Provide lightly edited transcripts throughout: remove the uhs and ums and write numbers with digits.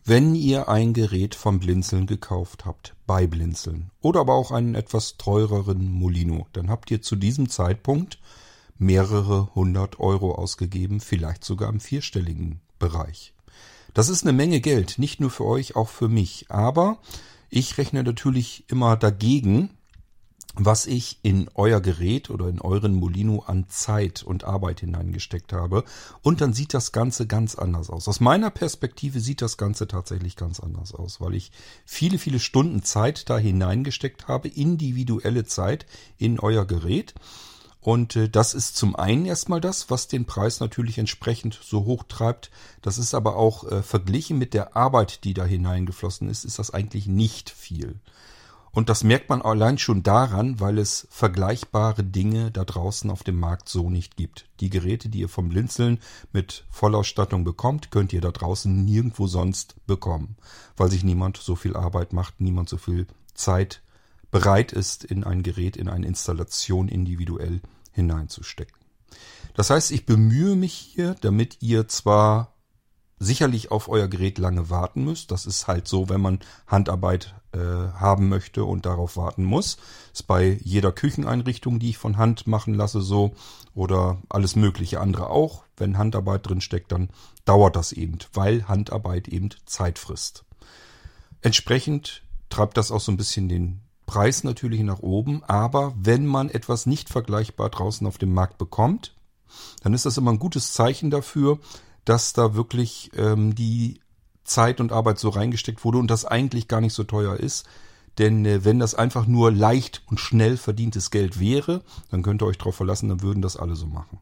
Wenn ihr ein Gerät vom Blinzeln gekauft habt, bei Blinzeln, oder aber auch einen etwas teureren Molino, dann habt ihr zu diesem Zeitpunkt mehrere 100 Euro ausgegeben, vielleicht sogar im vierstelligen Bereich. Das ist eine Menge Geld, nicht nur für euch, auch für mich. Aber ich rechne natürlich immer dagegen, was ich in euer Gerät oder in euren Molino an Zeit und Arbeit hineingesteckt habe. Und dann sieht das Ganze ganz anders aus. Aus meiner Perspektive sieht das Ganze tatsächlich ganz anders aus, weil ich viele, viele Stunden Zeit da hineingesteckt habe, individuelle Zeit in euer Gerät. Und das ist zum einen erstmal das, was den Preis natürlich entsprechend so hoch treibt. Das ist aber auch verglichen mit der Arbeit, die da hineingeflossen ist das eigentlich nicht viel. Und das merkt man allein schon daran, weil es vergleichbare Dinge da draußen auf dem Markt so nicht gibt. Die Geräte, die ihr vom Blinzeln mit Vollausstattung bekommt, könnt ihr da draußen nirgendwo sonst bekommen, weil sich niemand so viel Arbeit macht, niemand so viel Zeit bereit ist, in ein Gerät, in eine Installation individuell hineinzustecken. Das heißt, ich bemühe mich hier, damit ihr zwar sicherlich auf euer Gerät lange warten müsst. Das ist halt so, wenn man Handarbeit haben möchte und darauf warten muss. Ist bei jeder Kücheneinrichtung, die ich von Hand machen lasse, so, oder alles mögliche andere auch. Wenn Handarbeit drin steckt, dann dauert das eben, weil Handarbeit eben Zeit frisst. Entsprechend treibt das auch so ein bisschen den Preis natürlich nach oben, aber wenn man etwas nicht vergleichbar draußen auf dem Markt bekommt, dann ist das immer ein gutes Zeichen dafür, dass da wirklich die Zeit und Arbeit so reingesteckt wurde und das eigentlich gar nicht so teuer ist. Denn wenn das einfach nur leicht und schnell verdientes Geld wäre, dann könnt ihr euch darauf verlassen, dann würden das alle so machen.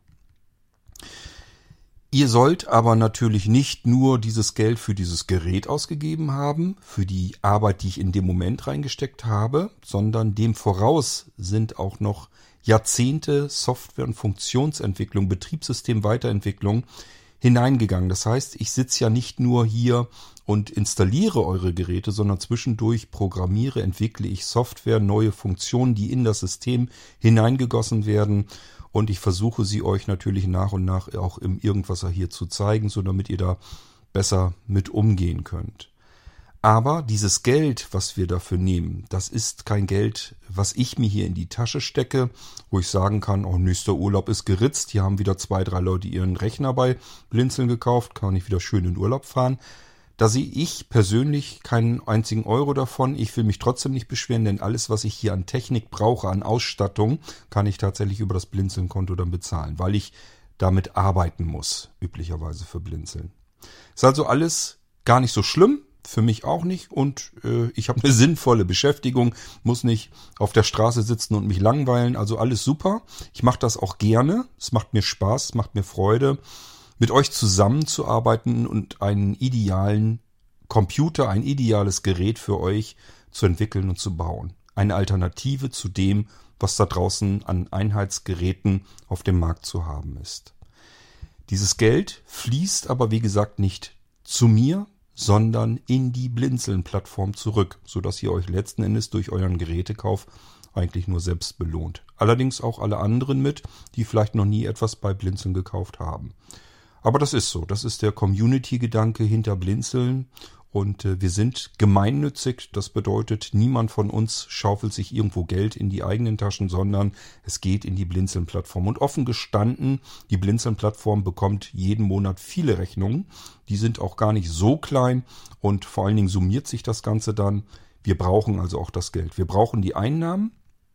Ihr sollt aber natürlich nicht nur dieses Geld für dieses Gerät ausgegeben haben, für die Arbeit, die ich in dem Moment reingesteckt habe, sondern dem voraus sind auch noch Jahrzehnte Software- und Funktionsentwicklung, Betriebssystemweiterentwicklung hineingegangen. Das heißt, ich sitze ja nicht nur hier und installiere eure Geräte, sondern zwischendurch programmiere, entwickle ich Software, neue Funktionen, die in das System hineingegossen werden. Und ich versuche sie euch natürlich nach und nach auch im Irgendwasser hier zu zeigen, so damit ihr da besser mit umgehen könnt. Aber dieses Geld, was wir dafür nehmen, das ist kein Geld, was ich mir hier in die Tasche stecke, wo ich sagen kann, oh, nächster Urlaub ist geritzt, hier haben wieder 2, 3 Leute ihren Rechner bei Blinzeln gekauft, kann ich wieder schön in Urlaub fahren. Da sehe ich persönlich keinen einzigen Euro davon. Ich will mich trotzdem nicht beschweren, denn alles, was ich hier an Technik brauche, an Ausstattung, kann ich tatsächlich über das Blinzeln-Konto dann bezahlen, weil ich damit arbeiten muss, üblicherweise für Blinzeln. Ist also alles gar nicht so schlimm. Für mich auch nicht und ich habe eine sinnvolle Beschäftigung, muss nicht auf der Straße sitzen und mich langweilen, also alles super. Ich mache das auch gerne, es macht mir Spaß, es macht mir Freude, mit euch zusammenzuarbeiten und einen idealen Computer, ein ideales Gerät für euch zu entwickeln und zu bauen. Eine Alternative zu dem, was da draußen an Einheitsgeräten auf dem Markt zu haben ist. Dieses Geld fließt aber wie gesagt nicht zu mir, sondern in die Blinzeln-Plattform zurück, sodass ihr euch letzten Endes durch euren Gerätekauf eigentlich nur selbst belohnt. Allerdings auch alle anderen mit, die vielleicht noch nie etwas bei Blinzeln gekauft haben. Aber das ist so, das ist der Community-Gedanke hinter Blinzeln und wir sind gemeinnützig, das bedeutet, niemand von uns schaufelt sich irgendwo Geld in die eigenen Taschen, sondern es geht in die Blinzeln-Plattform. Und offen gestanden, die Blinzeln-Plattform bekommt jeden Monat viele Rechnungen, die sind auch gar nicht so klein und vor allen Dingen summiert sich das Ganze dann. Wir brauchen also auch das Geld, wir brauchen die Einnahmen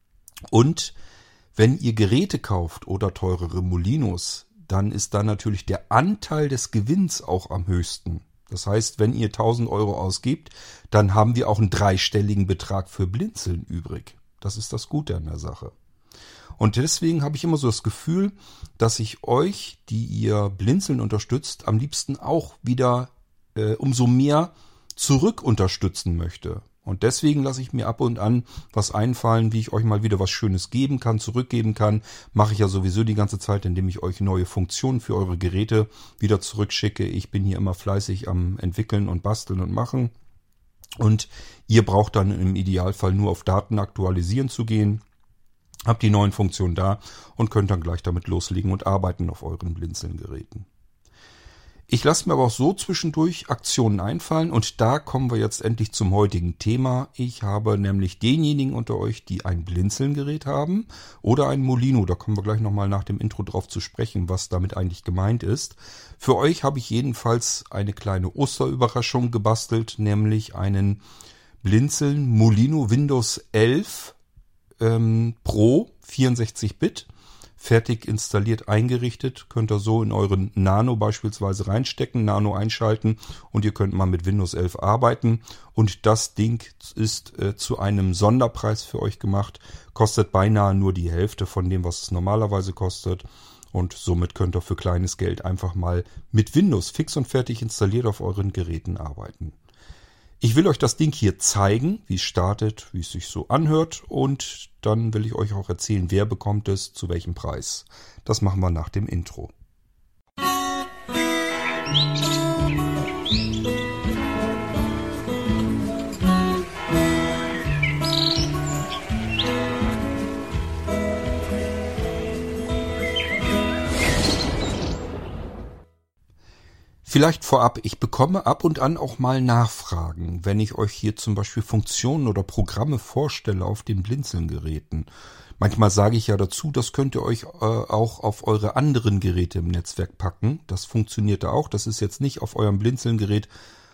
und wenn ihr Geräte kauft oder teurere Molinos, dann ist da natürlich der Anteil des Gewinns auch am höchsten. Das heißt, wenn ihr 1.000 Euro ausgibt, dann haben wir auch einen dreistelligen Betrag für Blinzeln übrig. Das ist das Gute an der Sache. Und deswegen habe ich immer so das Gefühl, dass ich euch, die ihr Blinzeln unterstützt, am liebsten auch wieder umso mehr zurück unterstützen möchte. Und deswegen lasse ich mir ab und an was einfallen, wie ich euch mal wieder was Schönes geben kann, zurückgeben kann. Mache ich ja sowieso die ganze Zeit, indem ich euch neue Funktionen für eure Geräte wieder zurückschicke. Ich bin hier immer fleißig am entwickeln und basteln und machen. Und ihr braucht dann im Idealfall nur auf Daten aktualisieren zu gehen. Habt die neuen Funktionen da und könnt dann gleich damit loslegen und arbeiten auf euren Blinzeln-Geräten. Ich lasse mir aber auch so zwischendurch Aktionen einfallen und da kommen wir jetzt endlich zum heutigen Thema. Ich habe nämlich denjenigen unter euch, die ein Blinzeln-Gerät haben oder ein Molino. Da kommen wir gleich nochmal nach dem Intro drauf zu sprechen, was damit eigentlich gemeint ist. Für euch habe ich jedenfalls eine kleine Osterüberraschung gebastelt, nämlich einen Blinzeln Molino Windows 11 Pro 64-Bit. Fertig installiert, eingerichtet, könnt ihr so in euren Nano beispielsweise reinstecken, Nano einschalten und ihr könnt mal mit Windows 11 arbeiten. Und das Ding ist zu einem Sonderpreis für euch gemacht, kostet beinahe nur die Hälfte von dem, was es normalerweise kostet. Und somit könnt ihr für kleines Geld einfach mal mit Windows fix und fertig installiert auf euren Geräten arbeiten. Ich will euch das Ding hier zeigen, wie es startet, wie es sich so anhört und dann will ich euch auch erzählen, wer bekommt es, zu welchem Preis. Das machen wir nach dem Intro. Vielleicht vorab, ich bekomme ab und an auch mal Nachfragen, wenn ich euch hier zum Beispiel Funktionen oder Programme vorstelle auf den Blinzeln-Geräten. Manchmal sage ich ja dazu, das könnt ihr euch auch auf eure anderen Geräte im Netzwerk packen. Das funktioniert da auch. Das ist jetzt nicht auf eurem Blinzeln-Gerät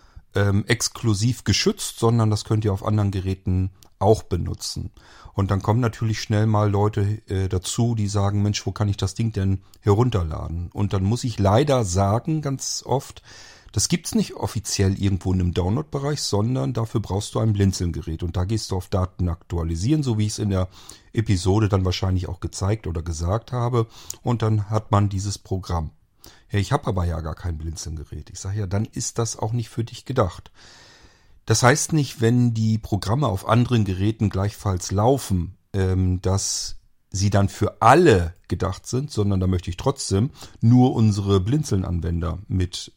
exklusiv geschützt, sondern das könnt ihr auf anderen Geräten auch benutzen. Und dann kommen natürlich schnell mal Leute dazu, die sagen, Mensch, wo kann ich das Ding denn herunterladen? Und dann muss ich leider sagen, ganz oft, das gibt's nicht offiziell irgendwo in einem Download-Bereich, sondern dafür brauchst du ein Blinzeln-Gerät. Und da gehst du auf Daten aktualisieren, so wie ich es in der Episode dann wahrscheinlich auch gezeigt oder gesagt habe. Und dann hat man dieses Programm. Ja, ich habe aber ja gar kein Blinzeln-Gerät. Ich sage ja, dann ist das auch nicht für dich gedacht. Das heißt nicht, wenn die Programme auf anderen Geräten gleichfalls laufen, dass sie dann für alle gedacht sind, sondern da möchte ich trotzdem nur unsere Blinzeln-Anwender mit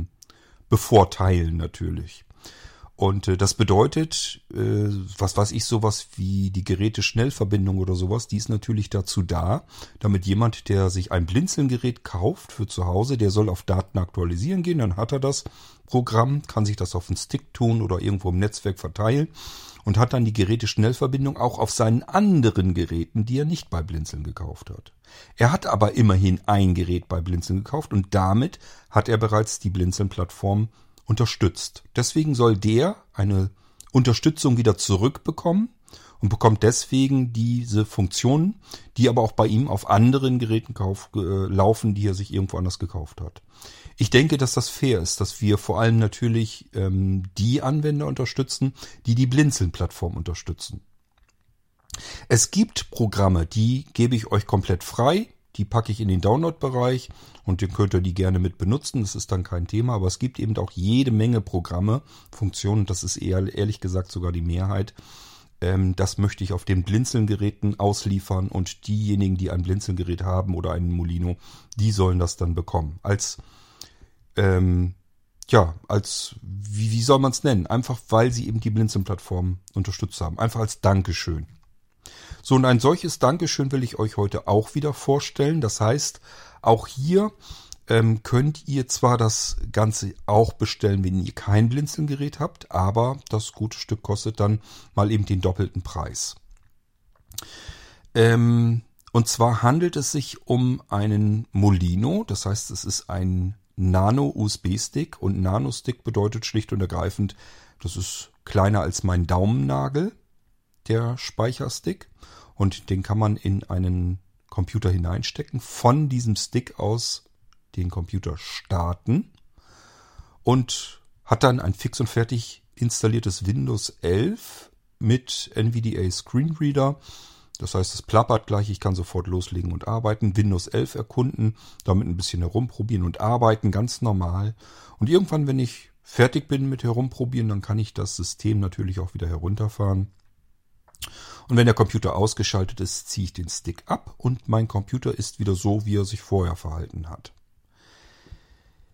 bevorteilen natürlich. Und das bedeutet, was weiß ich, sowas wie die Geräte-Schnellverbindung oder sowas, die ist natürlich dazu da, damit jemand, der sich ein Blinzeln-Gerät kauft für zu Hause, der soll auf Daten aktualisieren gehen, dann hat er das Programm, kann sich das auf den Stick tun oder irgendwo im Netzwerk verteilen und hat dann die Geräte-Schnellverbindung auch auf seinen anderen Geräten, die er nicht bei Blinzeln gekauft hat. Er hat aber immerhin ein Gerät bei Blinzeln gekauft und damit hat er bereits die Blinzeln-Plattform unterstützt. Deswegen soll der eine Unterstützung wieder zurückbekommen und bekommt deswegen diese Funktionen, die aber auch bei ihm auf anderen Geräten laufen, die er sich irgendwo anders gekauft hat. Ich denke, dass das fair ist, dass wir vor allem natürlich die Anwender unterstützen, die die Blinzeln-Plattform unterstützen. Es gibt Programme, die gebe ich euch komplett frei. Die packe ich in den Download-Bereich und den könnt ihr die gerne mit benutzen. Das ist dann kein Thema. Aber es gibt eben auch jede Menge Programme, Funktionen. Das ist ehrlich gesagt sogar die Mehrheit. Das möchte ich auf den Blinzeln-Geräten ausliefern. Und diejenigen, die ein Blinzeln-Gerät haben oder einen Molino, die sollen das dann bekommen. Wie soll man es nennen? Einfach, weil sie eben die Blinzeln-Plattform unterstützt haben. Einfach als Dankeschön. So, und ein solches Dankeschön will ich euch heute auch wieder vorstellen. Das heißt, auch hier könnt ihr zwar das Ganze auch bestellen, wenn ihr kein Blinzeln-Gerät habt, aber das gute Stück kostet dann mal eben den doppelten Preis. Und zwar handelt es sich um einen Molino. Das heißt, es ist ein Nano-USB-Stick und Nano-Stick bedeutet schlicht und ergreifend, das ist kleiner als mein Daumennagel, der Speicherstick. Und den kann man in einen Computer hineinstecken, von diesem Stick aus den Computer starten und hat dann ein fix und fertig installiertes Windows 11 mit NVDA Screenreader. Das heißt, es plappert gleich, ich kann sofort loslegen und arbeiten, Windows 11 erkunden, damit ein bisschen herumprobieren und arbeiten, ganz normal. Und irgendwann, wenn ich fertig bin mit herumprobieren, dann kann ich das System natürlich auch wieder herunterfahren. Und wenn der Computer ausgeschaltet ist, ziehe ich den Stick ab und mein Computer ist wieder so, wie er sich vorher verhalten hat.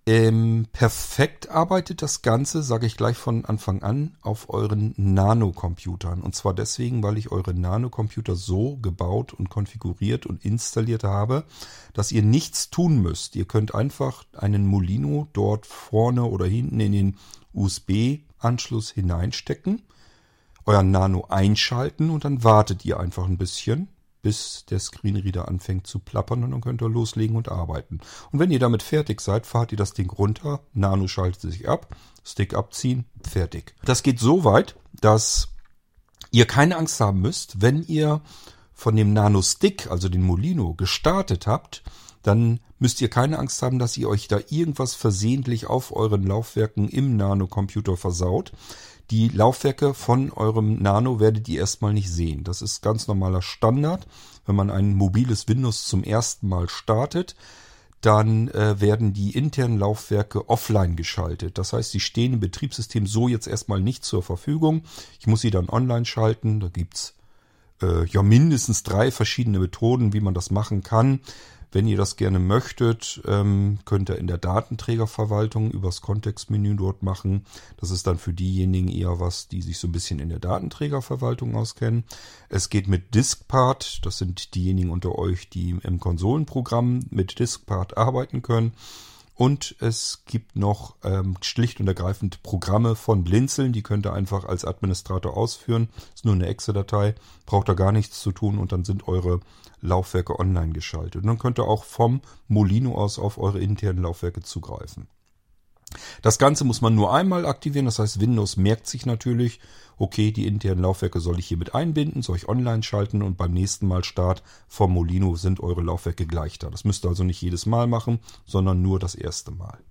Perfekt arbeitet das Ganze, sage ich gleich von Anfang an, auf euren Nano-Computern. Und zwar deswegen, weil ich eure Nano-Computer so gebaut und konfiguriert und installiert habe, dass ihr nichts tun müsst. Ihr könnt einfach einen Molino dort vorne oder hinten in den USB-Anschluss hineinstecken, euren Nano einschalten und dann wartet ihr einfach ein bisschen, bis der Screenreader anfängt zu plappern und dann könnt ihr loslegen und arbeiten. Und wenn ihr damit fertig seid, fahrt ihr das Ding runter, Nano schaltet sich ab, Stick abziehen, fertig. Das geht so weit, dass ihr keine Angst haben müsst, wenn ihr von dem Nano Stick, also den Molino, gestartet habt, dann müsst ihr keine Angst haben, dass ihr euch da irgendwas versehentlich auf euren Laufwerken im Nano-Computer versaut. Die Laufwerke von eurem Nano werdet ihr erstmal nicht sehen. Das ist ganz normaler Standard. Wenn man ein mobiles Windows zum ersten Mal startet, dann werden die internen Laufwerke offline geschaltet. Das heißt, sie stehen im Betriebssystem so jetzt erstmal nicht zur Verfügung. Ich muss sie dann online schalten. Da gibt's mindestens 3 verschiedene Methoden, wie man das machen kann. Wenn ihr das gerne möchtet, könnt ihr in der Datenträgerverwaltung übers Kontextmenü dort machen. Das ist dann für diejenigen eher was, die sich so ein bisschen in der Datenträgerverwaltung auskennen. Es geht mit Diskpart. Das sind diejenigen unter euch, die im Konsolenprogramm mit Diskpart arbeiten können. Und es gibt noch schlicht und ergreifend Programme von Blinzeln, die könnt ihr einfach als Administrator ausführen. Ist nur eine Exe-Datei, braucht da gar nichts zu tun und dann sind eure Laufwerke online geschaltet. Und dann könnt ihr auch vom Molino aus auf eure internen Laufwerke zugreifen. Das Ganze muss man nur einmal aktivieren, das heißt Windows merkt sich natürlich, okay, die internen Laufwerke soll ich hier mit einbinden, soll ich online schalten und beim nächsten Mal Start vom Molino sind eure Laufwerke gleich da. Das müsst ihr also nicht jedes Mal machen, sondern nur das erste Mal.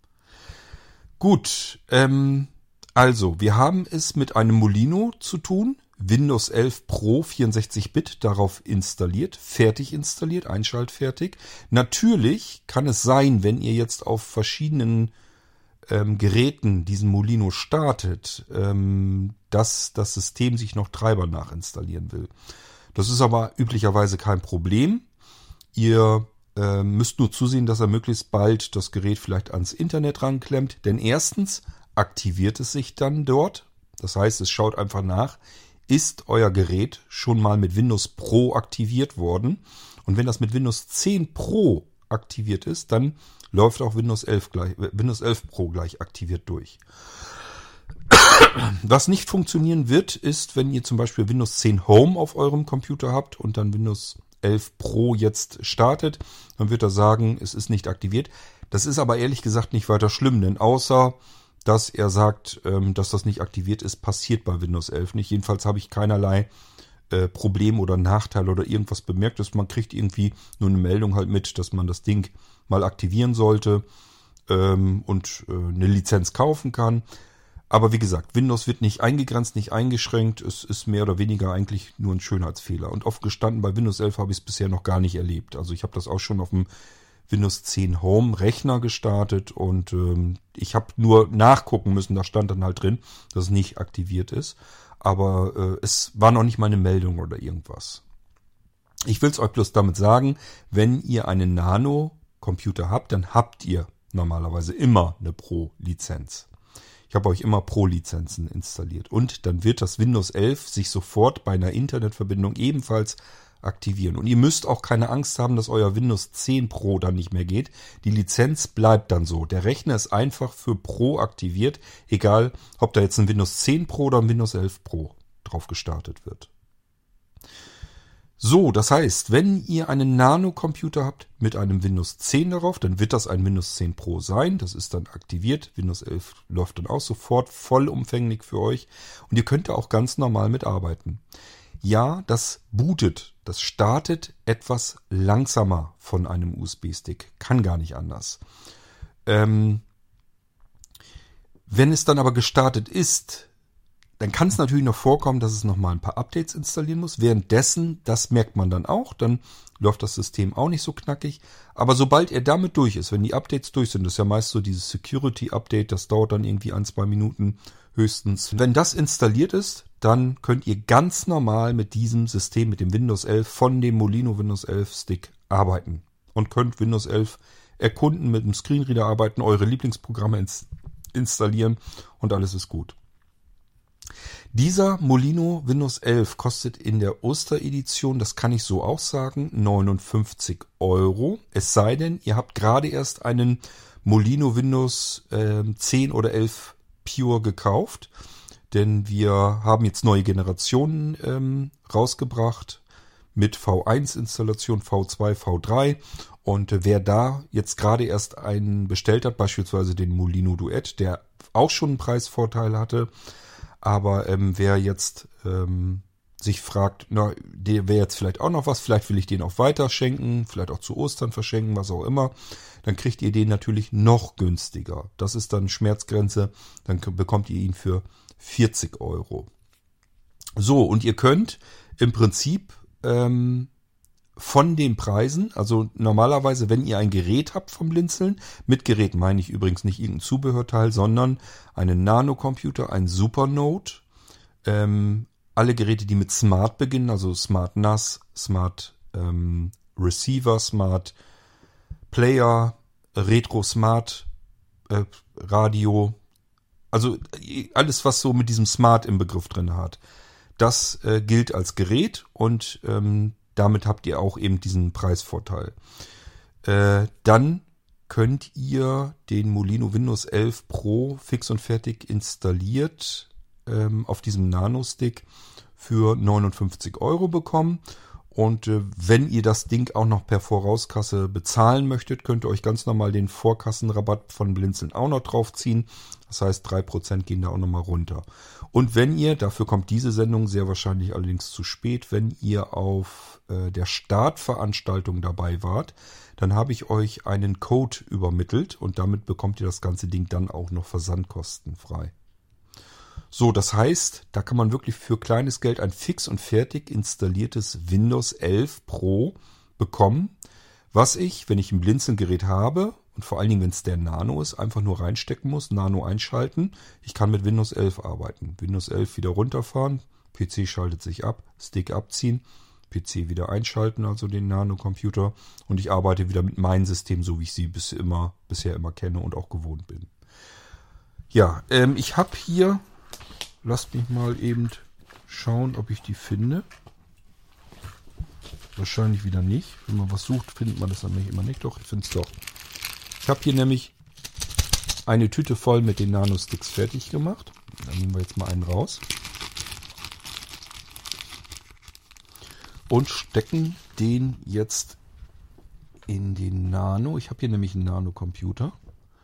Gut, also wir haben es mit einem Molino zu tun, Windows 11 Pro 64-Bit darauf installiert, fertig installiert, einschaltfertig. Natürlich kann es sein, wenn ihr jetzt auf verschiedenen Geräten diesen Molino startet, dass das System sich noch Treiber nachinstallieren will. Das ist aber üblicherweise kein Problem. Ihr müsst nur zusehen, dass er möglichst bald das Gerät vielleicht ans Internet ranklemmt, denn erstens aktiviert es sich dann dort. Das heißt, es schaut einfach nach, ist euer Gerät schon mal mit Windows Pro aktiviert worden? Und wenn das mit Windows 10 Pro aktiviert ist, dann läuft auch Windows 11 Pro gleich aktiviert durch. Was nicht funktionieren wird, ist, wenn ihr zum Beispiel Windows 10 Home auf eurem Computer habt und dann Windows 11 Pro jetzt startet, dann wird er sagen, es ist nicht aktiviert. Das ist aber ehrlich gesagt nicht weiter schlimm, denn außer dass er sagt, dass das nicht aktiviert ist, passiert bei Windows 11 nicht. Jedenfalls habe ich keinerlei Problem oder Nachteil oder irgendwas bemerkt. Man kriegt irgendwie nur eine Meldung halt mit, dass man das Ding mal aktivieren sollte und eine Lizenz kaufen kann. Aber wie gesagt, Windows wird nicht eingegrenzt, nicht eingeschränkt. Es ist mehr oder weniger eigentlich nur ein Schönheitsfehler. Und oft gestanden, bei Windows 11 habe ich es bisher noch gar nicht erlebt. Also ich habe das auch schon auf dem Windows 10 Home Rechner gestartet und ich habe nur nachgucken müssen, da stand dann halt drin, dass es nicht aktiviert ist. Aber es war noch nicht mal eine Meldung oder irgendwas. Ich will es euch bloß damit sagen, wenn ihr einen Nano-Computer habt, dann habt ihr normalerweise immer eine Pro-Lizenz. Ich habe euch immer Pro-Lizenzen installiert. Und dann wird das Windows 11 sich sofort bei einer Internetverbindung ebenfalls aktivieren. Und ihr müsst auch keine Angst haben, dass euer Windows 10 Pro dann nicht mehr geht. Die Lizenz bleibt dann so. Der Rechner ist einfach für Pro aktiviert, egal ob da jetzt ein Windows 10 Pro oder ein Windows 11 Pro drauf gestartet wird. So, das heißt, wenn ihr einen Nano-Computer habt mit einem Windows 10 darauf, dann wird das ein Windows 10 Pro sein. Das ist dann aktiviert. Windows 11 läuft dann auch sofort vollumfänglich für euch. Und ihr könnt da auch ganz normal mitarbeiten. Ja, das bootet, das startet etwas langsamer von einem USB-Stick. Kann gar nicht anders. Wenn es dann aber gestartet ist, dann kann es natürlich noch vorkommen, dass es nochmal ein paar Updates installieren muss. Währenddessen, das merkt man dann auch, dann läuft das System auch nicht so knackig. Aber sobald er damit durch ist, wenn die Updates durch sind, das ist ja meist so dieses Security-Update, das dauert dann irgendwie 1-2 Minuten höchstens. Wenn das installiert ist, dann könnt ihr ganz normal mit diesem System, mit dem Windows 11 von dem Molino Windows 11 Stick arbeiten und könnt Windows 11 erkunden, mit dem Screenreader arbeiten, eure Lieblingsprogramme installieren und alles ist gut. Dieser Molino Windows 11 kostet in der Osteredition, das kann ich so auch sagen, 59 €. Es sei denn, ihr habt gerade erst einen Molino Windows 10 oder 11 Pure gekauft. Denn wir haben jetzt neue Generationen rausgebracht mit V1-Installation, V2, V3. Und wer da jetzt gerade erst einen bestellt hat, beispielsweise den Molino Duett, der auch schon einen Preisvorteil hatte, aber wer jetzt sich fragt, na, der wäre jetzt vielleicht auch noch was, vielleicht will ich den auch weiter schenken, vielleicht auch zu Ostern verschenken, was auch immer, dann kriegt ihr den natürlich noch günstiger. Das ist dann Schmerzgrenze, dann bekommt ihr ihn für 40 €. So, und ihr könnt im Prinzip von den Preisen, also normalerweise, wenn ihr ein Gerät habt vom Blinzeln, mit Gerät meine ich übrigens nicht irgendein Zubehörteil, sondern einen Nano-Computer, ein Supernode, alle Geräte, die mit Smart beginnen, also Smart NAS, Smart Receiver, Smart Player, Retro Smart Radio, also alles, was so mit diesem Smart im Begriff drin hat, das gilt als Gerät und damit habt ihr auch eben diesen Preisvorteil. Dann könnt ihr den Molino Windows 11 Pro fix und fertig installiert auf diesem Nano-Stick für 59 € bekommen. Und wenn ihr das Ding auch noch per Vorauskasse bezahlen möchtet, könnt ihr euch ganz normal den Vorkassenrabatt von Blinzeln auch noch draufziehen. Das heißt, 3% gehen da auch nochmal runter. Und wenn ihr, dafür kommt diese Sendung sehr wahrscheinlich allerdings zu spät, wenn ihr auf der Startveranstaltung dabei wart, dann habe ich euch einen Code übermittelt und damit bekommt ihr das ganze Ding dann auch noch versandkostenfrei. So, das heißt, da kann man wirklich für kleines Geld ein fix und fertig installiertes Windows 11 Pro bekommen, was ich, wenn ich ein Blinzelgerät habe und vor allen Dingen, wenn es der Nano ist, einfach nur reinstecken muss, Nano einschalten. Ich kann mit Windows 11 arbeiten. Windows 11 wieder runterfahren, PC schaltet sich ab, Stick abziehen, PC wieder einschalten, also den Nano-Computer, und ich arbeite wieder mit meinem System, so wie ich sie bisher immer kenne und auch gewohnt bin. Ja, ich habe hier, lasst mich mal eben schauen, ob ich die finde. Wahrscheinlich wieder nicht. Wenn man was sucht, findet man das dann immer nicht. Doch, ich finde es doch. Ich habe hier nämlich eine Tüte voll mit den Nano-Sticks fertig gemacht. Dann nehmen wir jetzt mal einen raus. Und stecken den jetzt in den Nano. Ich habe hier nämlich einen Nano-Computer.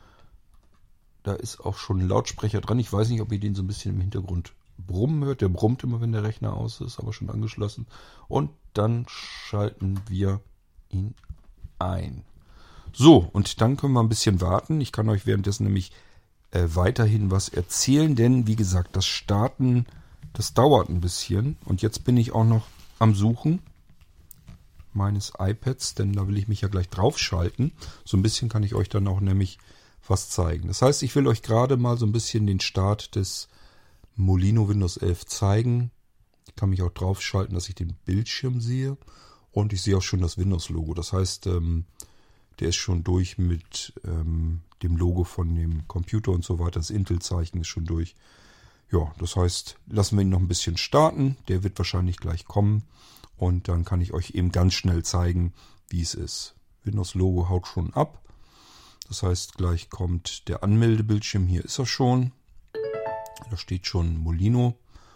Da ist auch schon ein Lautsprecher dran. Ich weiß nicht, ob ihr den so ein bisschen im Hintergrund brummen hört. Der brummt immer, wenn der Rechner aus ist, aber schon angeschlossen. Und dann schalten wir ihn ein. So, und dann können wir ein bisschen warten. Ich kann euch währenddessen nämlich weiterhin was erzählen, denn wie gesagt, das Starten, das dauert ein bisschen. Und jetzt bin ich auch noch am Suchen meines iPads, denn da will ich mich ja gleich draufschalten. So ein bisschen kann ich euch dann auch nämlich was zeigen. Das heißt, ich will euch gerade mal so ein bisschen den Start des Molino Windows 11 zeigen. Ich kann mich auch draufschalten, dass ich den Bildschirm sehe. Und ich sehe auch schon das Windows-Logo. Das heißt, der ist schon durch mit dem Logo von dem Computer und so weiter. Das Intel-Zeichen ist schon durch. Ja, das heißt, lassen wir ihn noch ein bisschen starten. Der wird wahrscheinlich gleich kommen. Und dann kann ich euch eben ganz schnell zeigen, wie es ist. Windows-Logo haut schon ab. Das heißt, gleich kommt der Anmeldebildschirm. Hier ist er schon. Da steht schon Molino.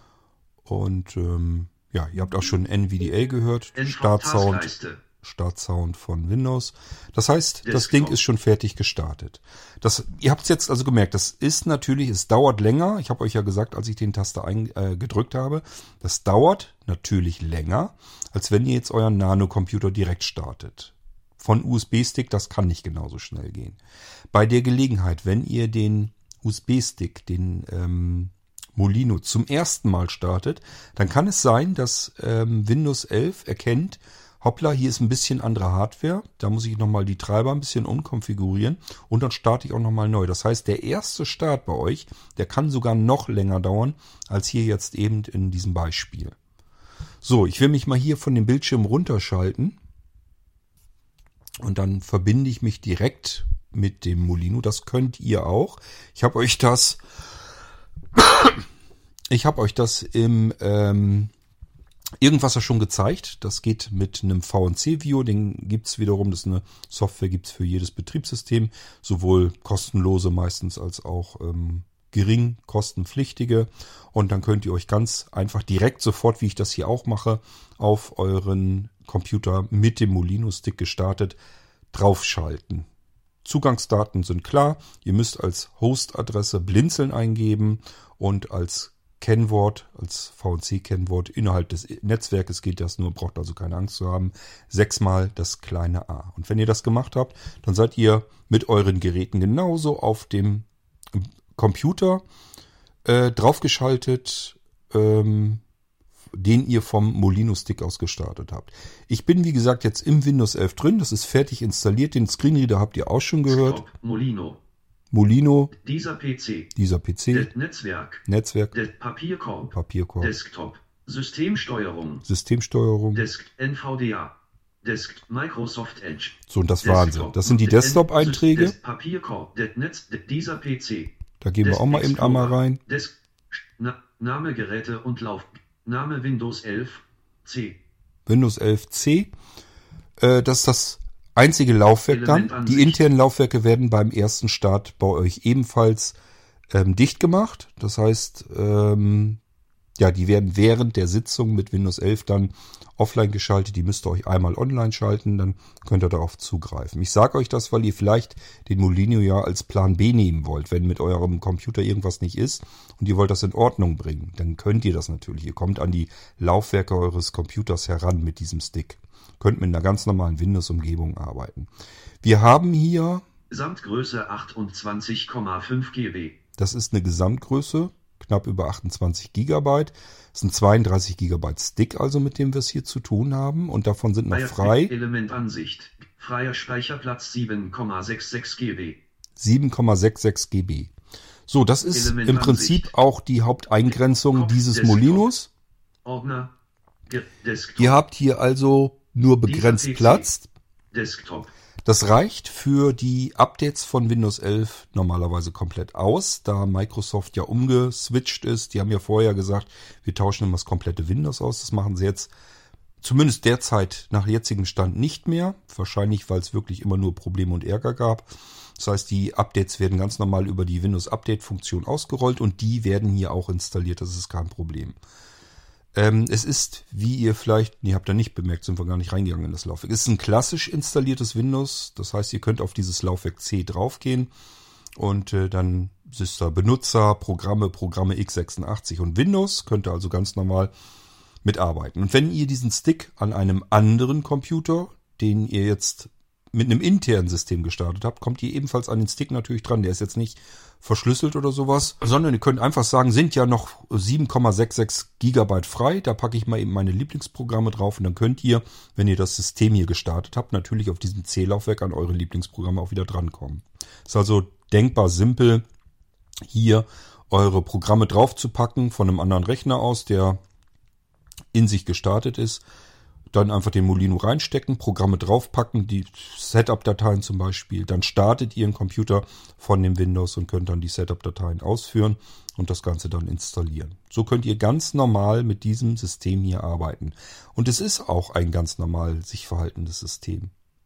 Und ja, ihr habt auch schon NVDA gehört. Startsound von Windows. Das heißt, das Ding ist schon fertig gestartet. Ihr habt es jetzt also gemerkt, das ist natürlich, es dauert länger. Ich habe euch ja gesagt, als ich den Taster gedrückt habe, das dauert natürlich länger, als wenn ihr jetzt euren Nano-Computer direkt startet. Von USB-Stick, das kann nicht genauso schnell gehen. Bei der Gelegenheit, wenn ihr den USB-Stick, den Molino zum ersten Mal startet, dann kann es sein, dass Windows 11 erkennt, hoppla, hier ist ein bisschen andere Hardware, da muss ich nochmal die Treiber ein bisschen umkonfigurieren und dann starte ich auch nochmal neu. Das heißt, der erste Start bei euch, der kann sogar noch länger dauern, als hier jetzt eben in diesem Beispiel. So, ich will mich mal hier von dem Bildschirm runterschalten Und dann verbinde ich mich direkt mit dem Molino. Das könnt ihr auch. Ich habe euch das im Irgendwas schon gezeigt. Das geht mit einem VNC-View. Den gibt's wiederum. Das ist eine Software, gibt's für jedes Betriebssystem. Sowohl kostenlose meistens als auch gering kostenpflichtige. Und dann könnt ihr euch ganz einfach direkt sofort, wie ich das hier auch mache, auf euren Computer mit dem Molino-Stick gestartet draufschalten. Zugangsdaten sind klar. Ihr müsst als Hostadresse Blinzeln eingeben und als Kennwort, als VNC-Kennwort innerhalb des Netzwerkes geht das nur, braucht also keine Angst zu haben, 6-mal das kleine a. Und wenn ihr das gemacht habt, dann seid ihr mit euren Geräten genauso auf dem Computer draufgeschaltet, den ihr vom Molino-Stick aus gestartet habt. Ich bin, wie gesagt, jetzt im Windows 11 drin. Das ist fertig installiert. Den Screenreader habt ihr auch schon gehört. Stop, Molino. Dieser PC. Det Netzwerk. Det Papierkorb. Desktop. Systemsteuerung. Desk NVDA. Desk Microsoft Edge. So, und das waren sie. Das sind die Desktop-Einträge. Papierkorb. Dieser PC. Da gehen wir auch mal eben einmal rein. Name Geräte und Lauf. Name Windows 11 C. Windows 11 C. Das ist das einzige Laufwerk dann. Die internen Laufwerke werden beim ersten Start bei euch ebenfalls dicht gemacht. Das heißt, die werden während der Sitzung mit Windows 11 dann offline geschaltet. Die müsst ihr euch einmal online schalten, dann könnt ihr darauf zugreifen. Ich sage euch das, weil ihr vielleicht den Molino ja als Plan B nehmen wollt. Wenn mit eurem Computer irgendwas nicht ist und ihr wollt das in Ordnung bringen, dann könnt ihr das natürlich. Ihr kommt an die Laufwerke eures Computers heran mit diesem Stick. Könnt mit einer ganz normalen Windows-Umgebung arbeiten. Wir haben hier Gesamtgröße 28,5 GB. Das ist eine Gesamtgröße, knapp über 28 GB. Das sind 32 GB Stick, also mit dem wir es hier zu tun haben. Und davon sind noch frei. Elementansicht. Freier Speicherplatz 7,66 GB. 7,66 GB. So, das ist im Prinzip auch die Haupteingrenzung dieses Molinos. Ordner. Desktop. Ihr habt hier also nur begrenzt Platz. Desktop. Das reicht für die Updates von Windows 11 normalerweise komplett aus, da Microsoft ja umgeswitcht ist. Die haben ja vorher gesagt, wir tauschen immer das komplette Windows aus. Das machen sie jetzt zumindest derzeit nach jetzigem Stand nicht mehr. Wahrscheinlich, weil es wirklich immer nur Probleme und Ärger gab. Das heißt, die Updates werden ganz normal über die Windows-Update-Funktion ausgerollt und die werden hier auch installiert. Das ist kein Problem. Es ist, wie ihr vielleicht, habt ihr nicht bemerkt, sind wir gar nicht reingegangen in das Laufwerk. Es ist ein klassisch installiertes Windows. Das heißt, ihr könnt auf dieses Laufwerk C draufgehen und dann ist da Benutzer, Programme x86 und Windows. Könnt ihr also ganz normal mitarbeiten. Und wenn ihr diesen Stick an einem anderen Computer, den ihr jetzt mit einem internen System gestartet habt, kommt ihr ebenfalls an den Stick natürlich dran. Der ist jetzt nicht verschlüsselt oder sowas, sondern ihr könnt einfach sagen, sind ja noch 7,66 GB frei. Da packe ich mal eben meine Lieblingsprogramme drauf und dann könnt ihr, wenn ihr das System hier gestartet habt, natürlich auf diesem C-Laufwerk an eure Lieblingsprogramme auch wieder drankommen. Ist also denkbar simpel, hier eure Programme draufzupacken von einem anderen Rechner aus, der in sich gestartet ist. Dann einfach den Molino reinstecken, Programme draufpacken, die Setup-Dateien zum Beispiel. Dann startet ihr einen Computer von dem Windows und könnt dann die Setup-Dateien ausführen und das Ganze dann installieren. So könnt ihr ganz normal mit diesem System hier arbeiten. Und es ist auch ein ganz normal sich verhaltendes System.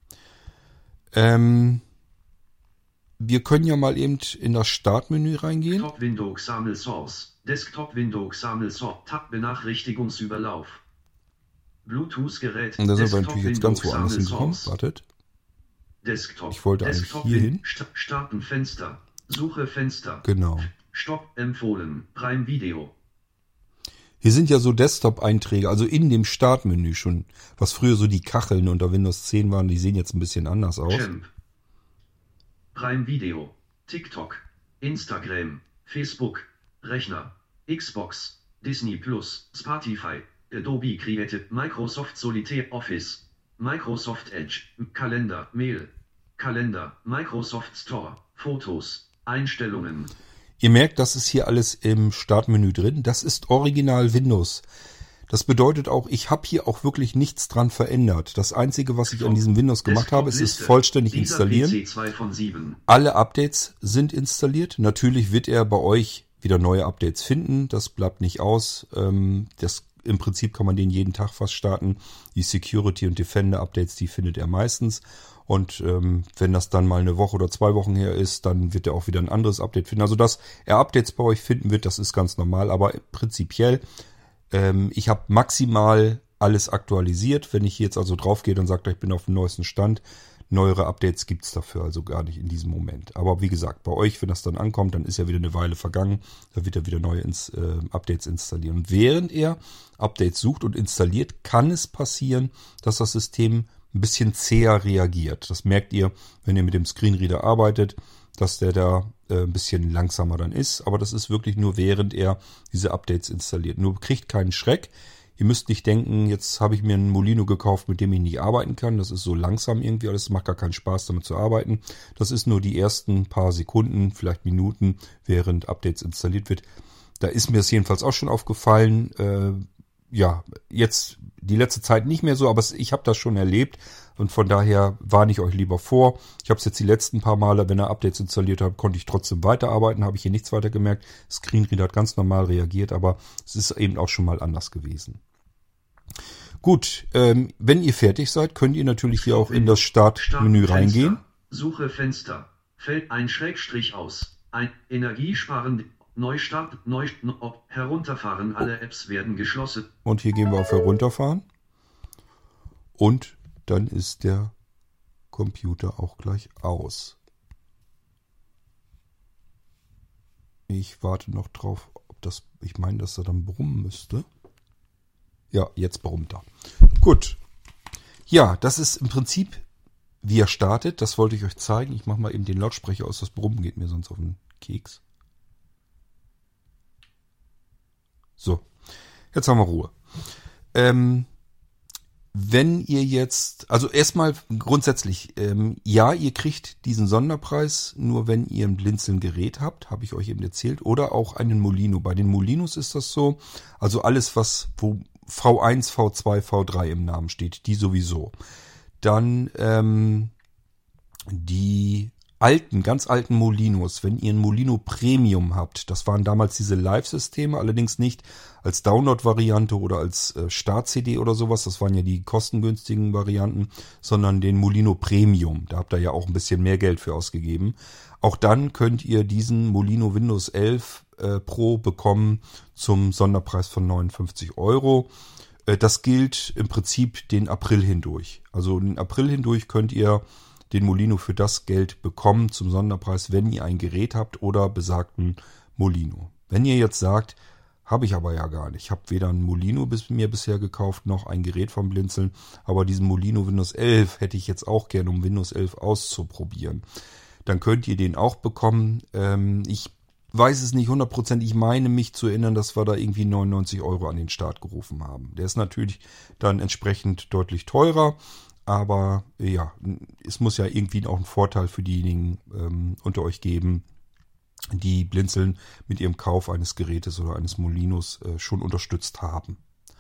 Wir können ja mal eben in das Startmenü reingehen. Desktop Windows Samel Source. Desktop Windows Samel Source. Tab Benachrichtigungsüberlauf. Bluetooth-Gerät. Und da sind wir natürlich jetzt ganz woanders hingekommen. Wartet. Desktop. Ich wollte eigentlich hier hin. Starten Fenster. Suche Fenster. Genau. Stopp empfohlen. Prime Video. Hier sind ja so Desktop-Einträge, also in dem Startmenü schon, was früher so die Kacheln unter Windows 10 waren, die sehen jetzt ein bisschen anders aus. Champ. Prime Video. TikTok. Instagram. Facebook. Rechner. Xbox. Disney Plus. Spotify. Adobe Creative, Microsoft Solitaire Office, Microsoft Edge, Kalender, Mail, Kalender, Microsoft Store, Fotos, Einstellungen. Ihr merkt, das ist hier alles im Startmenü drin. Das ist original Windows. Das bedeutet auch, ich habe hier auch wirklich nichts dran verändert. Das Einzige, was ich an diesem Windows gemacht habe, ist es vollständig installieren. PC 2 von 7. Alle Updates sind installiert. Natürlich wird er bei euch wieder neue Updates finden. Das bleibt nicht aus. Im Prinzip kann man den jeden Tag fast starten. Die Security- und Defender-Updates, die findet er meistens. Und wenn das dann mal eine Woche oder 2 Wochen her ist, dann wird er auch wieder ein anderes Update finden. Also, dass er Updates bei euch finden wird, das ist ganz normal. Aber prinzipiell, ich habe maximal alles aktualisiert. Wenn ich jetzt also drauf gehe, dann sagt er, ich bin auf dem neuesten Stand. Neuere Updates gibt's dafür also gar nicht in diesem Moment. Aber wie gesagt, bei euch, wenn das dann ankommt, dann ist ja wieder eine Weile vergangen. Da wird er wieder neue Updates installieren. Und während er Updates sucht und installiert, kann es passieren, dass das System ein bisschen zäher reagiert. Das merkt ihr, wenn ihr mit dem Screenreader arbeitet, dass der da ein bisschen langsamer dann ist. Aber das ist wirklich nur, während er diese Updates installiert. Nur kriegt keinen Schreck. Ihr müsst nicht denken, jetzt habe ich mir einen Molino gekauft, mit dem ich nicht arbeiten kann. Das ist so langsam irgendwie alles. Es macht gar keinen Spaß, damit zu arbeiten. Das ist nur die ersten paar Sekunden, vielleicht Minuten, während Updates installiert wird. Da ist mir es jedenfalls auch schon aufgefallen. Ja, jetzt die letzte Zeit nicht mehr so, aber ich habe das schon erlebt. Und von daher warne ich euch lieber vor. Ich habe es jetzt die letzten paar Male, wenn er Updates installiert hat, konnte ich trotzdem weiterarbeiten. Habe ich hier nichts weiter gemerkt. Screenreader hat ganz normal reagiert, aber es ist eben auch schon mal anders gewesen. Gut, wenn ihr fertig seid, könnt ihr natürlich hier auch in das Startmenü reingehen. Suche Fenster. Fällt ein Schrägstrich aus. Ein Energiesparen. Neustart. Herunterfahren. Alle Apps werden geschlossen. Und hier gehen wir auf Herunterfahren. Und dann ist der Computer auch gleich aus. Ich warte noch drauf, ich meine, dass er dann brummen müsste. Ja, jetzt brummt er. Gut. Ja, das ist im Prinzip, wie er startet. Das wollte ich euch zeigen. Ich mache mal eben den Lautsprecher aus. Das Brummen geht mir sonst auf den Keks. So, jetzt haben wir Ruhe. Wenn ihr jetzt, also erstmal grundsätzlich, ja, ihr kriegt diesen Sonderpreis, nur wenn ihr ein Blinzeln-Gerät habt, habe ich euch eben erzählt, oder auch einen Molino. Bei den Molinos ist das so, also alles, wo V1, V2, V3 im Namen steht, die sowieso. Dann die ganz alten Molinos, wenn ihr ein Molino Premium habt, das waren damals diese Live-Systeme, allerdings nicht als Download-Variante oder als Start-CD oder sowas, das waren ja die kostengünstigen Varianten, sondern den Molino Premium, da habt ihr ja auch ein bisschen mehr Geld für ausgegeben. Auch dann könnt ihr diesen Molino Windows 11 Pro bekommen zum Sonderpreis von 59 Euro. Das gilt im Prinzip den April hindurch. Also den April hindurch könnt ihr den Molino für das Geld bekommen zum Sonderpreis, wenn ihr ein Gerät habt oder besagten Molino. Wenn ihr jetzt sagt, habe ich aber ja gar nicht. Ich habe weder ein Molino mir bisher gekauft, noch ein Gerät vom Blinzeln, aber diesen Molino Windows 11 hätte ich jetzt auch gerne, um Windows 11 auszuprobieren. Dann könnt ihr den auch bekommen. Ich weiß es nicht 100%. Ich meine mich zu erinnern, dass wir da irgendwie 99 Euro an den Start gerufen haben. Der ist natürlich dann entsprechend deutlich teurer. Aber ja, es muss ja irgendwie auch einen Vorteil für diejenigen unter euch geben, die Blinzeln mit ihrem Kauf eines Gerätes oder eines Molinos schon unterstützt haben.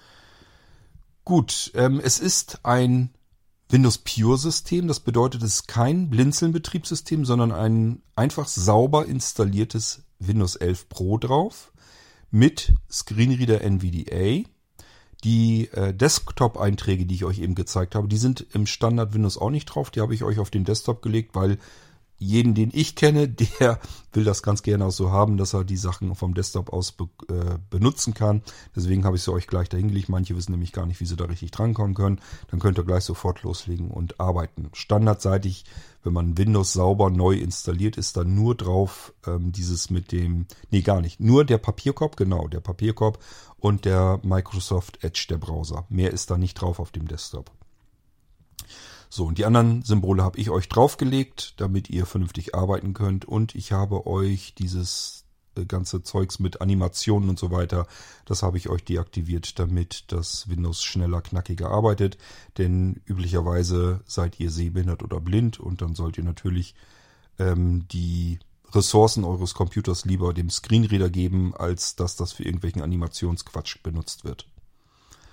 Gut, es ist ein Windows Pure System. Das bedeutet, es ist kein Blinzeln-Betriebssystem, sondern ein einfach sauber installiertes Windows 11 Pro drauf mit Screenreader NVDA. Die Desktop-Einträge, die ich euch eben gezeigt habe, die sind im Standard Windows auch nicht drauf. Die habe ich euch auf den Desktop gelegt, weil jeden, den ich kenne, der will das ganz gerne auch so haben, dass er die Sachen vom Desktop aus benutzen kann. Deswegen habe ich sie euch gleich dahingelegt. Manche wissen nämlich gar nicht, wie sie da richtig drankommen können. Dann könnt ihr gleich sofort loslegen und arbeiten. Standardseitig, wenn man Windows sauber neu installiert, ist dann nur drauf dieses mit dem, nee gar nicht, nur der Papierkorb, genau, der Papierkorb und der Microsoft Edge, der Browser. Mehr ist da nicht drauf auf dem Desktop. So, und die anderen Symbole habe ich euch draufgelegt, damit ihr vernünftig arbeiten könnt. Und ich habe euch dieses ganze Zeugs mit Animationen und so weiter, das habe ich euch deaktiviert, damit das Windows schneller, knackiger arbeitet. Denn üblicherweise seid ihr sehbehindert oder blind und dann sollt ihr natürlich die Ressourcen eures Computers lieber dem Screenreader geben, als dass das für irgendwelchen Animationsquatsch benutzt wird.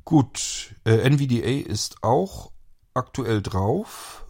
Gut, NVDA ist auch aktuell drauf.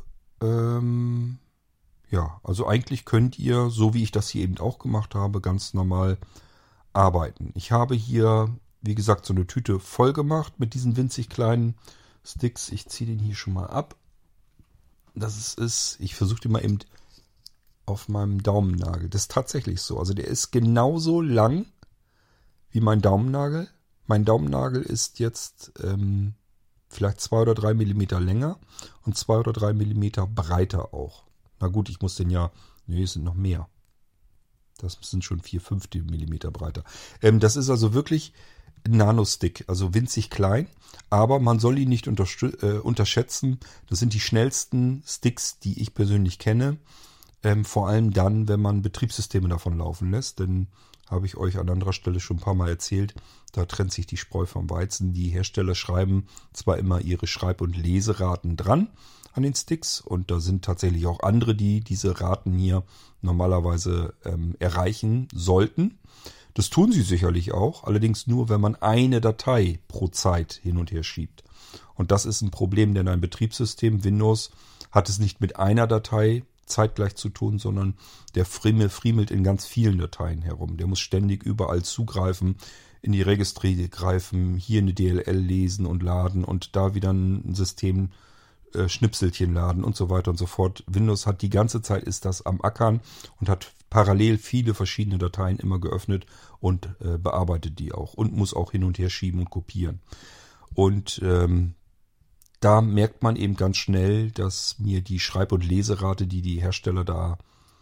Ja, also eigentlich könnt ihr, so wie ich das hier eben auch gemacht habe, ganz normal arbeiten. Ich habe hier, wie gesagt, so eine Tüte voll gemacht mit diesen winzig kleinen Sticks. Ich ziehe den hier schon mal ab. Das ist, ich versuche den mal eben auf meinem Daumennagel. Das ist tatsächlich so. Also der ist genauso lang wie mein Daumennagel. Mein Daumennagel ist jetzt vielleicht 2 oder 3 Millimeter länger und 2 oder 3 Millimeter breiter auch. Na gut, ich muss den ja, nee, es sind noch mehr. Das sind schon 4, 5 Millimeter breiter. Das ist also wirklich ein Nanostick, also winzig klein. Aber man soll ihn nicht unterschätzen. Das sind die schnellsten Sticks, die ich persönlich kenne. Vor allem dann, wenn man Betriebssysteme davon laufen lässt. Denn habe ich euch an anderer Stelle schon ein paar Mal erzählt, da trennt sich die Spreu vom Weizen. Die Hersteller schreiben zwar immer ihre Schreib- und Leseraten dran an den Sticks und da sind tatsächlich auch andere, die diese Raten hier normalerweise erreichen sollten. Das tun sie sicherlich auch, allerdings nur, wenn man eine Datei pro Zeit hin und her schiebt. Und das ist ein Problem, denn ein Betriebssystem, Windows, hat es nicht mit einer Datei zeitgleich zu tun, sondern der friemelt in ganz vielen Dateien herum. Der muss ständig überall zugreifen, in die Registrie greifen, hier eine DLL lesen und laden und da wieder ein System Schnipselchen laden und so weiter und so fort. Windows hat die ganze Zeit, ist das am Ackern und hat parallel viele verschiedene Dateien immer geöffnet und bearbeitet die auch und muss auch hin und her schieben und kopieren. Und da merkt man eben ganz schnell, dass mir die Schreib- und Leserate, die die Hersteller da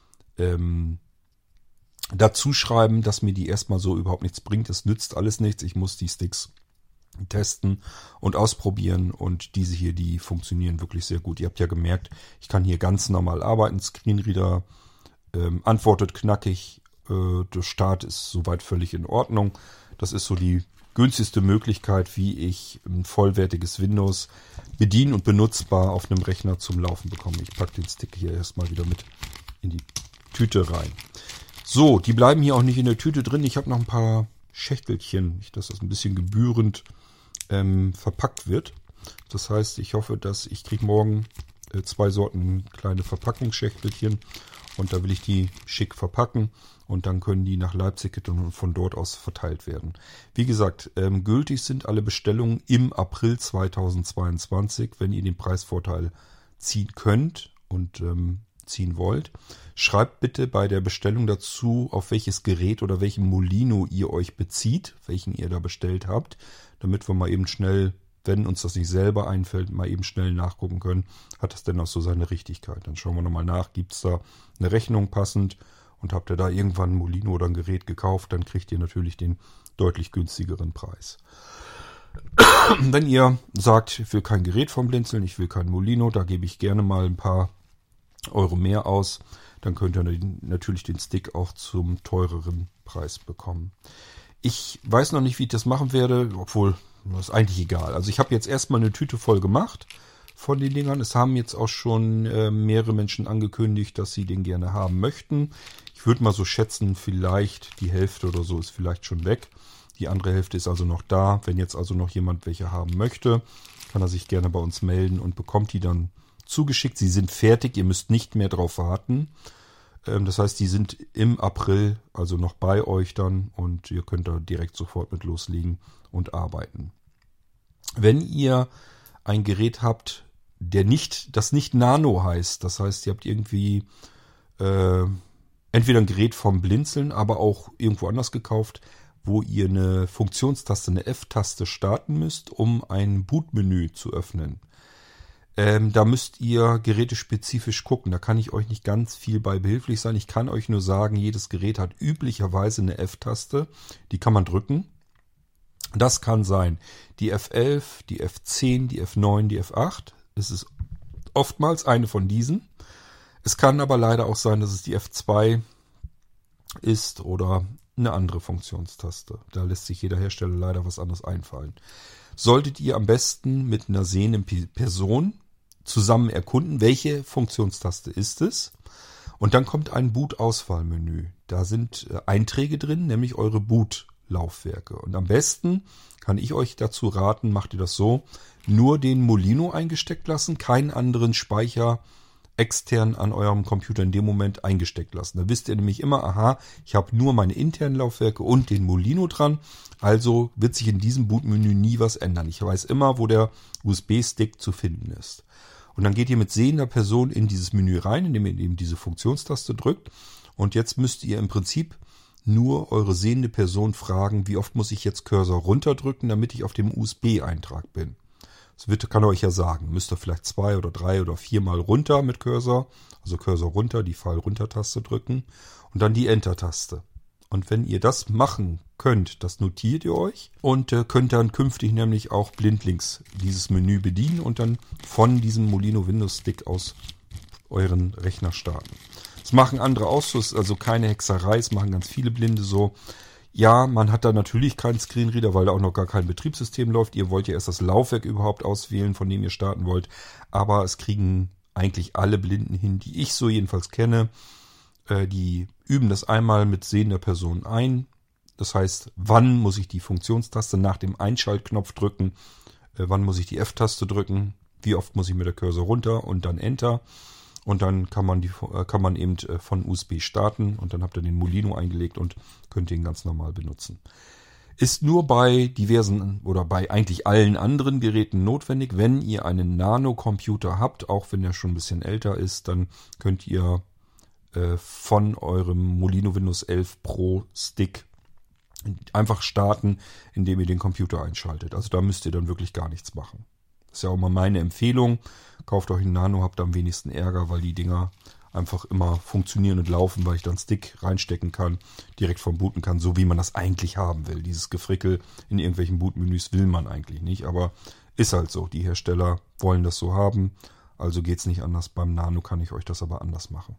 dazu schreiben, dass mir die erstmal so überhaupt nichts bringt. Es nützt alles nichts. Ich muss die Sticks testen und ausprobieren und diese hier, die funktionieren wirklich sehr gut. Ihr habt ja gemerkt, ich kann hier ganz normal arbeiten. Screenreader antwortet knackig. Der Start ist soweit völlig in Ordnung. Das ist so die günstigste Möglichkeit, wie ich ein vollwertiges Windows bedienen und benutzbar auf einem Rechner zum Laufen bekomme. Ich packe den Stick hier erstmal wieder mit in die Tüte rein. So, die bleiben hier auch nicht in der Tüte drin. Ich habe noch ein paar Schächtelchen, dass das ein bisschen gebührend verpackt wird. Das heißt, ich hoffe, dass ich kriege morgen 2 Sorten kleine Verpackungsschächtelchen und da will ich die schick verpacken und dann können die nach Leipzig und von dort aus verteilt werden. Wie gesagt, gültig sind alle Bestellungen im April 2022, wenn ihr den Preisvorteil ziehen könnt und ziehen wollt. Schreibt bitte bei der Bestellung dazu, auf welches Gerät oder welchen Molino ihr euch bezieht, welchen ihr da bestellt habt, damit wir mal eben schnell, wenn uns das nicht selber einfällt, mal eben schnell nachgucken können, hat das denn auch so seine Richtigkeit. Dann schauen wir nochmal nach, gibt es da eine Rechnung passend und habt ihr da irgendwann ein Molino oder ein Gerät gekauft, dann kriegt ihr natürlich den deutlich günstigeren Preis. Wenn ihr sagt, ich will kein Gerät vom Blinzeln, ich will kein Molino, da gebe ich gerne mal ein paar Euro mehr aus, dann könnt ihr natürlich den Stick auch zum teureren Preis bekommen. Ich weiß noch nicht, wie ich das machen werde, obwohl, das ist eigentlich egal. Also ich habe jetzt erstmal eine Tüte voll gemacht von den Dingern. Es haben jetzt auch schon mehrere Menschen angekündigt, dass sie den gerne haben möchten. Ich würde mal so schätzen, vielleicht die Hälfte oder so ist vielleicht schon weg. Die andere Hälfte ist also noch da. Wenn jetzt also noch jemand welche haben möchte, kann er sich gerne bei uns melden und bekommt die dann zugeschickt. Sie sind fertig, ihr müsst nicht mehr drauf warten. Das heißt, die sind im April also noch bei euch dann und ihr könnt da direkt sofort mit loslegen und arbeiten. Wenn ihr ein Gerät habt, das nicht Nano heißt, das heißt, ihr habt irgendwie entweder ein Gerät vom Blinzeln, aber auch irgendwo anders gekauft, wo ihr eine Funktionstaste, eine F-Taste starten müsst, um ein Bootmenü zu öffnen. Da müsst ihr gerätespezifisch gucken. Da kann ich euch nicht ganz viel bei behilflich sein. Ich kann euch nur sagen, jedes Gerät hat üblicherweise eine F-Taste. Die kann man drücken. Das kann sein die F11, die F10, die F9, die F8. Es ist oftmals eine von diesen. Es kann aber leider auch sein, dass es die F2 ist oder eine andere Funktionstaste. Da lässt sich jeder Hersteller leider was anderes einfallen. Solltet ihr am besten mit einer sehenden Person zusammen erkunden, welche Funktionstaste ist es. Und dann kommt ein Boot-Auswahlmenü. Da sind Einträge drin, nämlich eure Boot Laufwerke. Und am besten kann ich euch dazu raten, macht ihr das so, nur den Molino eingesteckt lassen, keinen anderen Speicher extern an eurem Computer in dem Moment eingesteckt lassen. Da wisst ihr nämlich immer, aha, ich habe nur meine internen Laufwerke und den Molino dran, also wird sich in diesem Bootmenü nie was ändern. Ich weiß immer, wo der USB-Stick zu finden ist. Und dann geht ihr mit sehender Person in dieses Menü rein, indem ihr eben diese Funktionstaste drückt. Und jetzt müsst ihr im Prinzip nur eure sehende Person fragen, wie oft muss ich jetzt Cursor runterdrücken, damit ich auf dem USB-Eintrag bin. Das kann er euch ja sagen. Müsst ihr vielleicht 2 oder 3 oder 4 Mal runter mit Cursor. Also Cursor runter, die Pfeil-Runter-Taste drücken und dann die Enter-Taste. Und wenn ihr das machen könnt, das notiert ihr euch und könnt dann künftig nämlich auch blindlings dieses Menü bedienen und dann von diesem Molino Windows Stick aus euren Rechner starten. Das machen andere auch so, ist also keine Hexerei, es machen ganz viele Blinde so. Ja, man hat da natürlich keinen Screenreader, weil da auch noch gar kein Betriebssystem läuft. Ihr wollt ja erst das Laufwerk überhaupt auswählen, von dem ihr starten wollt. Aber es kriegen eigentlich alle Blinden hin, die ich so jedenfalls kenne. Die üben das einmal mit sehender Person ein. Das heißt, wann muss ich die Funktionstaste nach dem Einschaltknopf drücken? Wann muss ich die F-Taste drücken? Wie oft muss ich mit der Cursor runter und dann Enter? Und dann kann man eben von USB starten und dann habt ihr den Molino eingelegt und könnt ihn ganz normal benutzen. Ist nur bei diversen oder bei eigentlich allen anderen Geräten notwendig. Wenn ihr einen Nano-Computer habt, auch wenn der schon ein bisschen älter ist, dann könnt ihr von eurem Molino Windows 11 Pro Stick einfach starten, indem ihr den Computer einschaltet. Also da müsst ihr dann wirklich gar nichts machen. Das ist ja auch mal meine Empfehlung. Kauft euch einen Nano, habt am wenigsten Ärger, weil die Dinger einfach immer funktionieren und laufen, weil ich dann Stick reinstecken kann, direkt vom Booten kann, so wie man das eigentlich haben will. Dieses Gefrickel in irgendwelchen Bootmenüs will man eigentlich nicht, aber ist halt so. Die Hersteller wollen das so haben, also geht's nicht anders. Beim Nano kann ich euch das aber anders machen.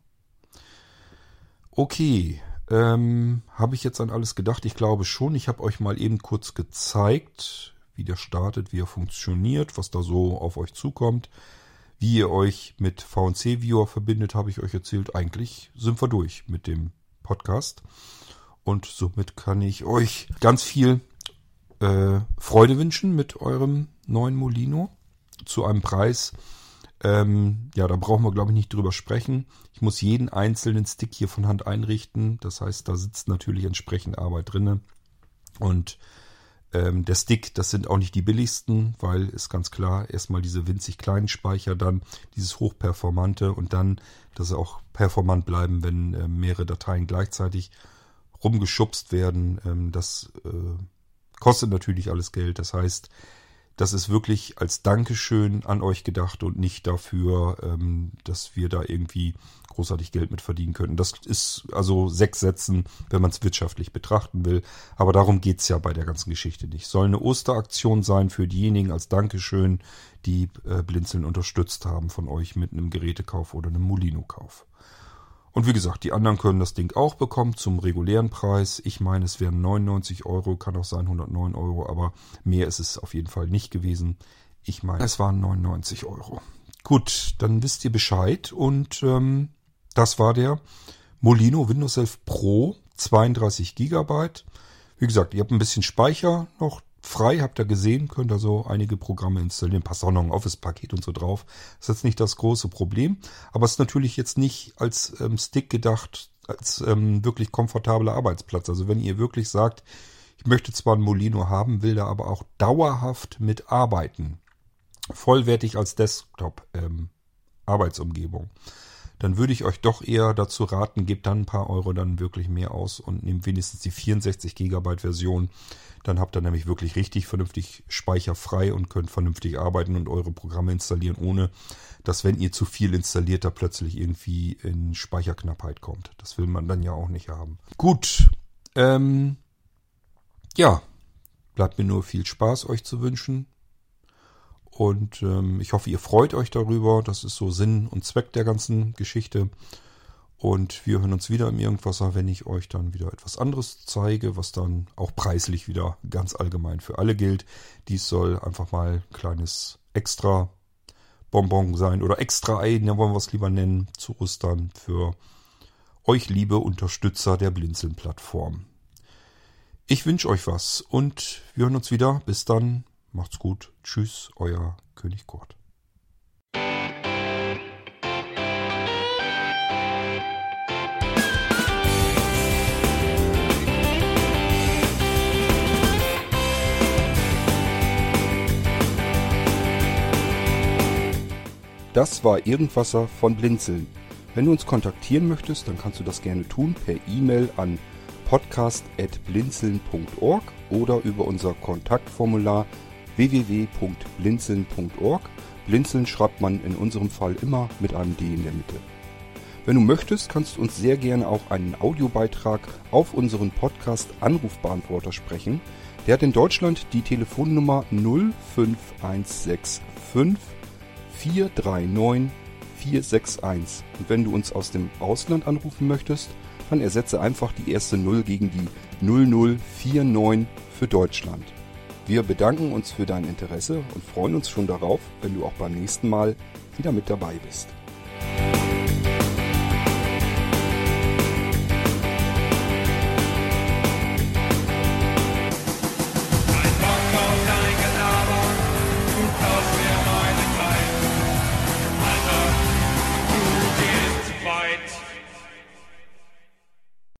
Okay, habe ich jetzt an alles gedacht? Ich glaube schon. Ich habe euch mal eben kurz gezeigt, wie der startet, wie er funktioniert, was da so auf euch zukommt. Wie ihr euch mit VNC-Viewer verbindet, habe ich euch erzählt. Eigentlich sind wir durch mit dem Podcast. Und somit kann ich euch ganz viel Freude wünschen mit eurem neuen Molino. Zu einem Preis, da brauchen wir, glaube ich, nicht drüber sprechen. Ich muss jeden einzelnen Stick hier von Hand einrichten. Das heißt, da sitzt natürlich entsprechend Arbeit drinne. Und der Stick, das sind auch nicht die billigsten, weil ist ganz klar, erstmal diese winzig kleinen Speicher, dann dieses hochperformante und dann, dass sie auch performant bleiben, wenn mehrere Dateien gleichzeitig rumgeschubst werden. Das kostet natürlich alles Geld. Das heißt, das ist wirklich als Dankeschön an euch gedacht und nicht dafür, dass wir da irgendwie großartig Geld mit verdienen könnten. Das ist also 6 Sätzen, wenn man es wirtschaftlich betrachten will. Aber darum geht's ja bei der ganzen Geschichte nicht. Soll eine Osteraktion sein für diejenigen als Dankeschön, die Blinzeln unterstützt haben von euch mit einem Gerätekauf oder einem Molino-Kauf. Und wie gesagt, die anderen können das Ding auch bekommen zum regulären Preis. Ich meine, es wären 99 Euro, kann auch sein 109 Euro, aber mehr ist es auf jeden Fall nicht gewesen. Ich meine, es waren 99 Euro. Gut, dann wisst ihr Bescheid und das war der Molino Windows 11 Pro, 32 GB. Wie gesagt, ihr habt ein bisschen Speicher noch frei, habt ihr gesehen, könnt also einige Programme installieren, passt auch noch ein Office-Paket und so drauf. Das ist jetzt nicht das große Problem, aber es ist natürlich jetzt nicht als Stick gedacht, als wirklich komfortabler Arbeitsplatz. Also wenn ihr wirklich sagt, ich möchte zwar einen Molino haben, will da aber auch dauerhaft mit arbeiten, vollwertig als Desktop-Arbeitsumgebung, dann würde ich euch doch eher dazu raten, gebt dann ein paar Euro dann wirklich mehr aus und nehmt wenigstens die 64 GB Version. Dann habt ihr nämlich wirklich richtig vernünftig Speicher frei und könnt vernünftig arbeiten und eure Programme installieren, ohne dass, wenn ihr zu viel installiert, da plötzlich irgendwie in Speicherknappheit kommt. Das will man dann ja auch nicht haben. Gut, bleibt mir nur viel Spaß euch zu wünschen. Und ich hoffe, ihr freut euch darüber. Das ist so Sinn und Zweck der ganzen Geschichte. Und wir hören uns wieder im Irgendwasser, wenn ich euch dann wieder etwas anderes zeige, was dann auch preislich wieder ganz allgemein für alle gilt. Dies soll einfach mal ein kleines extra Bonbon sein oder extra Ei, wollen wir es lieber nennen, zu Ostern für euch liebe Unterstützer der Blinzeln-Plattform. Ich wünsche euch was und wir hören uns wieder. Bis dann. Macht's gut. Tschüss, euer König Kurt. Das war Irgendwasser von Blinzeln. Wenn du uns kontaktieren möchtest, dann kannst du das gerne tun per E-Mail an podcast@blinzeln.org oder über unser Kontaktformular www.blinzeln.org. Blinzeln schreibt man in unserem Fall immer mit einem D in der Mitte. Wenn du möchtest, kannst du uns sehr gerne auch einen Audiobeitrag auf unseren Podcast Anrufbeantworter sprechen. Der hat in Deutschland die Telefonnummer 05165 439 461. Und wenn du uns aus dem Ausland anrufen möchtest, dann ersetze einfach die erste 0 gegen die 0049 für Deutschland. Wir bedanken uns für dein Interesse und freuen uns schon darauf, wenn du auch beim nächsten Mal wieder mit dabei bist.